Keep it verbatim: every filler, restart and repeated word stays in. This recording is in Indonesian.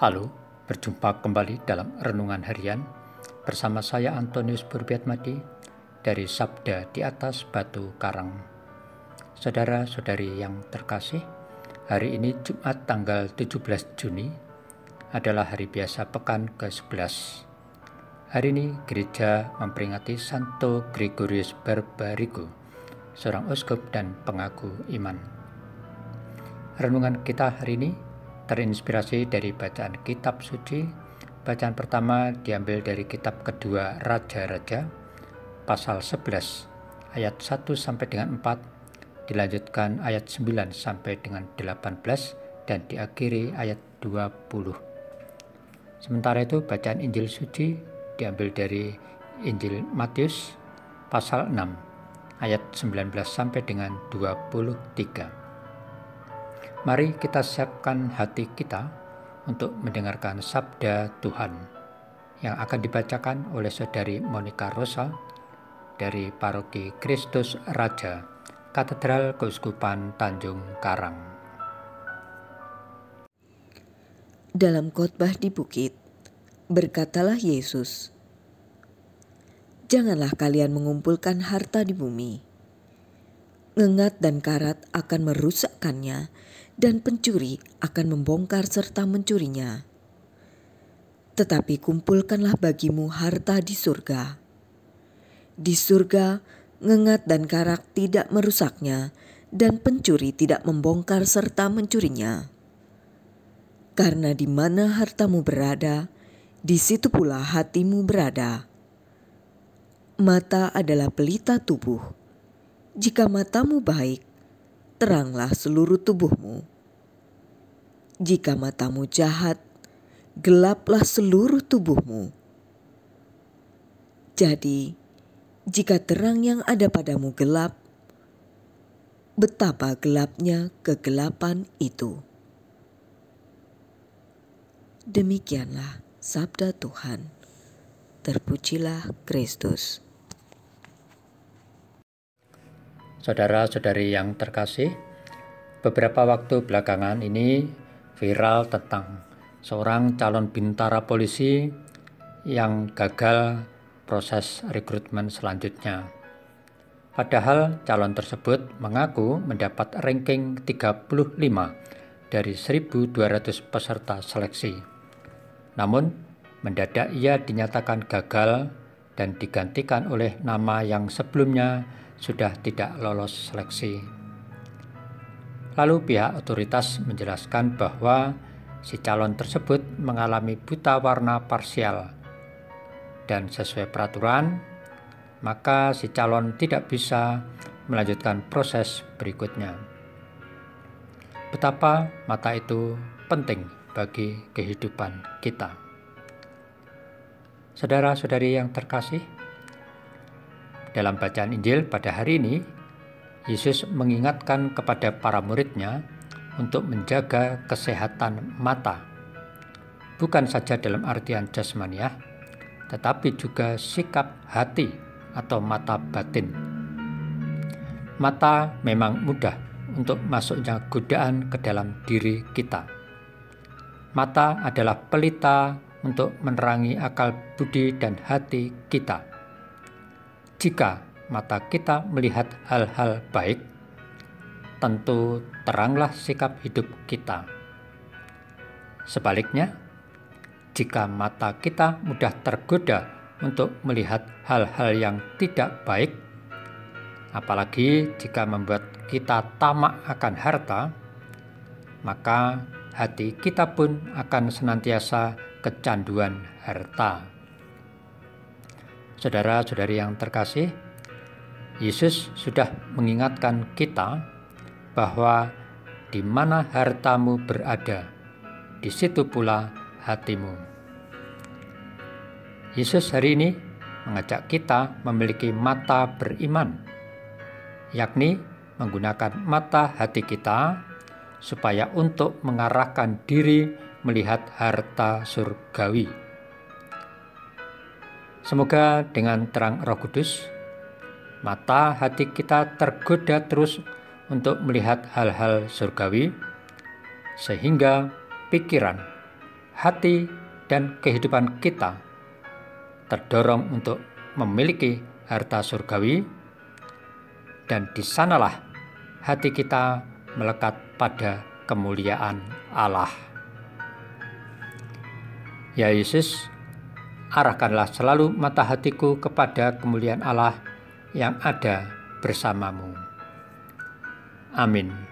Halo, berjumpa kembali dalam Renungan Harian bersama saya Antonius Burbiatmadi dari Sabda di Atas Batu Karang. Saudara-saudari yang terkasih, hari ini Jumat tanggal tujuh belas Juni adalah hari biasa pekan ke sebelas. Hari ini gereja memperingati Santo Gregorius Barbarigo, seorang uskup dan pengaku iman. Renungan kita hari ini terinspirasi dari bacaan kitab suci. Bacaan pertama diambil dari kitab kedua Raja-Raja pasal sebelas ayat satu sampai dengan empat, dilanjutkan ayat sembilan sampai dengan delapan belas dan diakhiri ayat dua puluh. Sementara itu bacaan Injil suci diambil dari Injil Matius pasal enam ayat sembilan belas sampai dengan dua puluh tiga. Mari kita siapkan hati kita untuk mendengarkan sabda Tuhan yang akan dibacakan oleh Saudari Monica Rosa dari Paroki Kristus Raja, Katedral Keuskupan Tanjung Karang. Dalam khotbah di bukit, berkatalah Yesus, "Janganlah kalian mengumpulkan harta di bumi. Ngengat dan karat akan merusakkannya, dan pencuri akan membongkar serta mencurinya. Tetapi kumpulkanlah bagimu harta di surga. Di surga, ngengat dan karat tidak merusaknya, dan pencuri tidak membongkar serta mencurinya. Karena di mana hartamu berada, di situ pula hatimu berada. Mata adalah pelita tubuh. Jika matamu baik, teranglah seluruh tubuhmu. Jika matamu jahat, gelaplah seluruh tubuhmu. Jadi, jika terang yang ada padamu gelap, betapa gelapnya kegelapan itu." Demikianlah sabda Tuhan. Terpujilah Kristus. Saudara-saudari yang terkasih, beberapa waktu belakangan ini viral tentang seorang calon bintara polisi yang gagal proses rekrutmen selanjutnya. Padahal calon tersebut mengaku mendapat ranking tiga puluh lima dari seribu dua ratus peserta seleksi. Namun, mendadak ia dinyatakan gagal dan digantikan oleh nama yang sebelumnya sudah tidak lolos seleksi. Lalu pihak otoritas menjelaskan bahwa si calon tersebut mengalami buta warna parsial dan sesuai peraturan, maka si calon tidak bisa melanjutkan proses berikutnya. Betapa mata itu penting bagi kehidupan kita. Saudara-saudari yang terkasih, dalam bacaan Injil pada hari ini, Yesus mengingatkan kepada para muridnya untuk menjaga kesehatan mata, bukan saja dalam artian jasmaniah, tetapi juga sikap hati atau mata batin. Mata memang mudah untuk masuknya godaan ke dalam diri kita. Mata adalah pelita untuk menerangi akal budi dan hati kita. Jika mata kita melihat hal-hal baik, tentu teranglah sikap hidup kita. Sebaliknya, jika mata kita mudah tergoda untuk melihat hal-hal yang tidak baik, apalagi jika membuat kita tamak akan harta, maka hati kita pun akan senantiasa kecanduan harta. Saudara-saudari yang terkasih, Yesus sudah mengingatkan kita bahwa di mana hartamu berada, di situ pula hatimu. Yesus hari ini mengajak kita memiliki mata beriman, yakni menggunakan mata hati kita supaya untuk mengarahkan diri melihat harta surgawi. Semoga dengan terang Roh Kudus, mata hati kita tergoda terus untuk melihat hal-hal surgawi, sehingga pikiran, hati dan kehidupan kita terdorong untuk memiliki harta surgawi, dan di sanalah hati kita melekat pada kemuliaan Allah. Ya Yesus, arahkanlah selalu mata hatiku kepada kemuliaan Allah yang ada bersamamu. Amin.